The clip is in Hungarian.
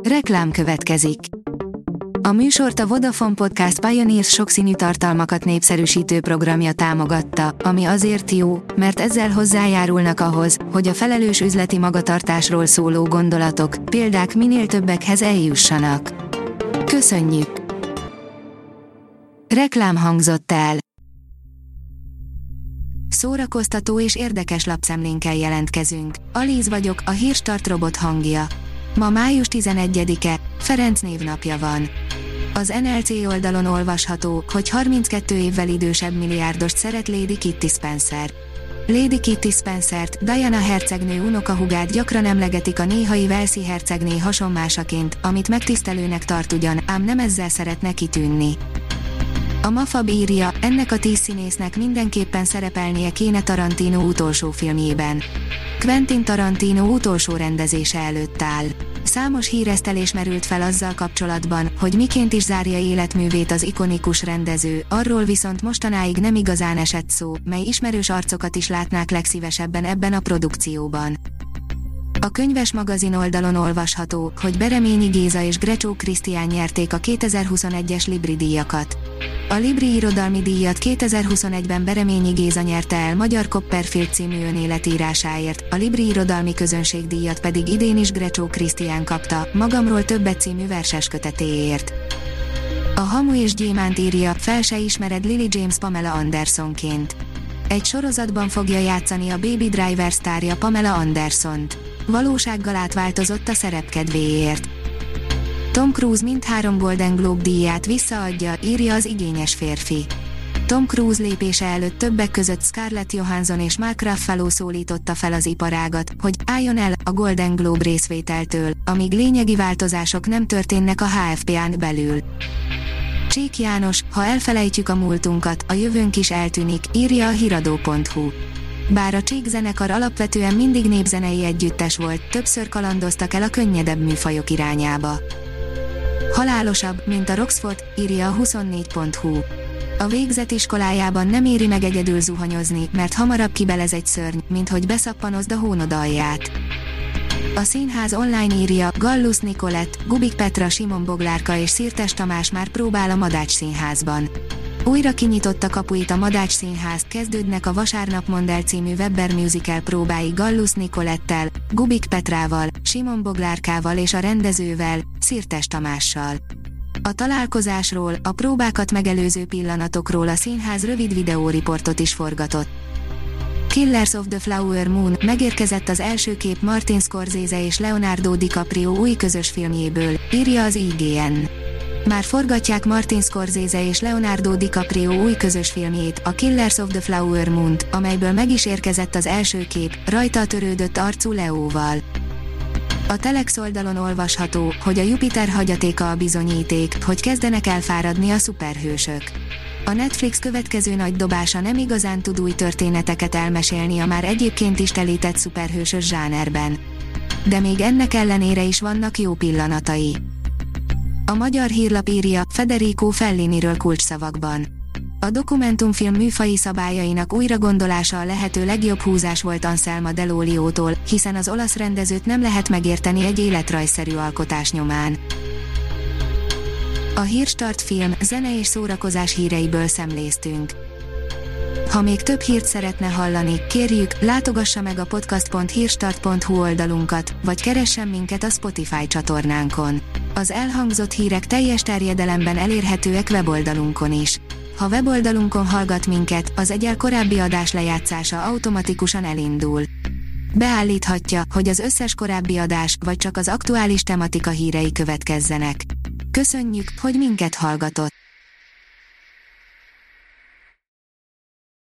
Reklám következik. A műsort a Vodafone Podcast Pioneers sokszínű tartalmakat népszerűsítő programja támogatta, ami azért jó, mert ezzel hozzájárulnak ahhoz, hogy a felelős üzleti magatartásról szóló gondolatok, példák minél többekhez eljussanak. Köszönjük! Reklám hangzott el. Szórakoztató és érdekes lapszemlénkkel jelentkezünk. Alíz vagyok, a Hírstart robot hangja. Ma május 11-e, Ferenc névnapja van. Az NLC oldalon olvasható, hogy 32 évvel idősebb milliárdost szeret Lady Kitty Spencer. Lady Kitty Spencert, Diana hercegnő unokahúgát gyakran emlegetik a néhai Walesi hercegné hasonmásaként, amit megtisztelőnek tart ugyan, ám nem ezzel szeretne kitűnni. A Mafab írja, ennek a 10 színésznek mindenképpen szerepelnie kéne Tarantino utolsó filmjében. Quentin Tarantino utolsó rendezése előtt áll. Számos híresztelés merült fel azzal kapcsolatban, hogy miként is zárja életművét az ikonikus rendező, arról viszont mostanáig nem igazán esett szó, mely ismerős arcokat is látnák legszívesebben ebben a produkcióban. A Könyves magazin oldalon olvasható, hogy Bereményi Géza és Grecsó Krisztián nyerték a 2021-es Libri díjakat. A Libri irodalmi díjat 2021-ben Bereményi Géza nyerte el Magyar Copperfield című önéletírásáért, a Libri irodalmi közönségdíjat pedig idén is Grecsó Krisztián kapta, Magamról többet című verseskötetéért. A Hamu és Gyémánt írja, fel se ismered Lily James Pamela Andersonként. Egy sorozatban fogja játszani a Baby Driver sztárja Pamela Andersont. Valósággal átváltozott a szerepkedvéért. Tom Cruise mindhárom Golden Globe díját visszaadja, írja az Igényes férfi. Tom Cruise lépése előtt többek között Scarlett Johansson és Mark Ruffalo szólította fel az iparágat, hogy álljon el a Golden Globe részvételtől, amíg lényegi változások nem történnek a HFPA-n belül. Csík János, ha elfelejtjük a múltunkat, a jövőnk is eltűnik, írja a hiradó.hu. Bár a Csík zenekar alapvetően mindig népzenei együttes volt, többször kalandoztak el a könnyedebb műfajok irányába. Halálosabb, mint a Roxford, írja a 24.hu. A végzett iskolájában nem éri meg egyedül zuhanyozni, mert hamarabb kibelez egy szörny, mint hogy beszappanozd a hónod alját. A Színház online írja, Gallus Nicolett, Gubik Petra, Simon Boglárka és Szirtes Tamás már próbál a Madács Színházban. Újra kinyitotta kapuit a Madács Színház, kezdődnek a Vasárnap mondd el című Webber musical próbái Gallus Nicolettel, Gubik Petrával, Simon Boglárkával és a rendezővel, Szirtes Tamással. A találkozásról, a próbákat megelőző pillanatokról a színház rövid videóriportot is forgatott. Killers of the Flower Moon, megérkezett az első kép Martin Scorsese és Leonardo DiCaprio új közös filmjéből, írja az IGN. Már forgatják Martin Scorsese és Leonardo DiCaprio új közös filmjét, a Killers of the Flower Moon-t, amelyből meg is érkezett az első kép, rajta a törődött arcú Leóval. A Telex oldalon olvasható, hogy a Jupiter hagyatéka a bizonyíték, hogy kezdenek elfáradni a szuperhősök. A Netflix következő nagy dobása nem igazán tud új történeteket elmesélni a már egyébként is telített szuperhősös zsánerben. De még ennek ellenére is vannak jó pillanatai. A Magyar Hírlap írja, Federico Felliniről kulcsszavakban. A dokumentumfilm műfaji szabályainak újragondolása a lehető legjobb húzás volt Anselmo Dell'Oliótól, hiszen az olasz rendezőt nem lehet megérteni egy életrajzszerű alkotás nyomán. A Hírstart film, zene és szórakozás híreiből szemléztünk. Ha még több hírt szeretne hallani, kérjük, látogassa meg a podcast.hírstart.hu oldalunkat, vagy keressen minket a Spotify csatornánkon. Az elhangzott hírek teljes terjedelemben elérhetőek weboldalunkon is. Ha weboldalunkon hallgat minket, az egyel korábbi adás lejátszása automatikusan elindul. Beállíthatja, hogy az összes korábbi adás, vagy csak az aktuális tematika hírei következzenek. Köszönjük, hogy minket hallgatott!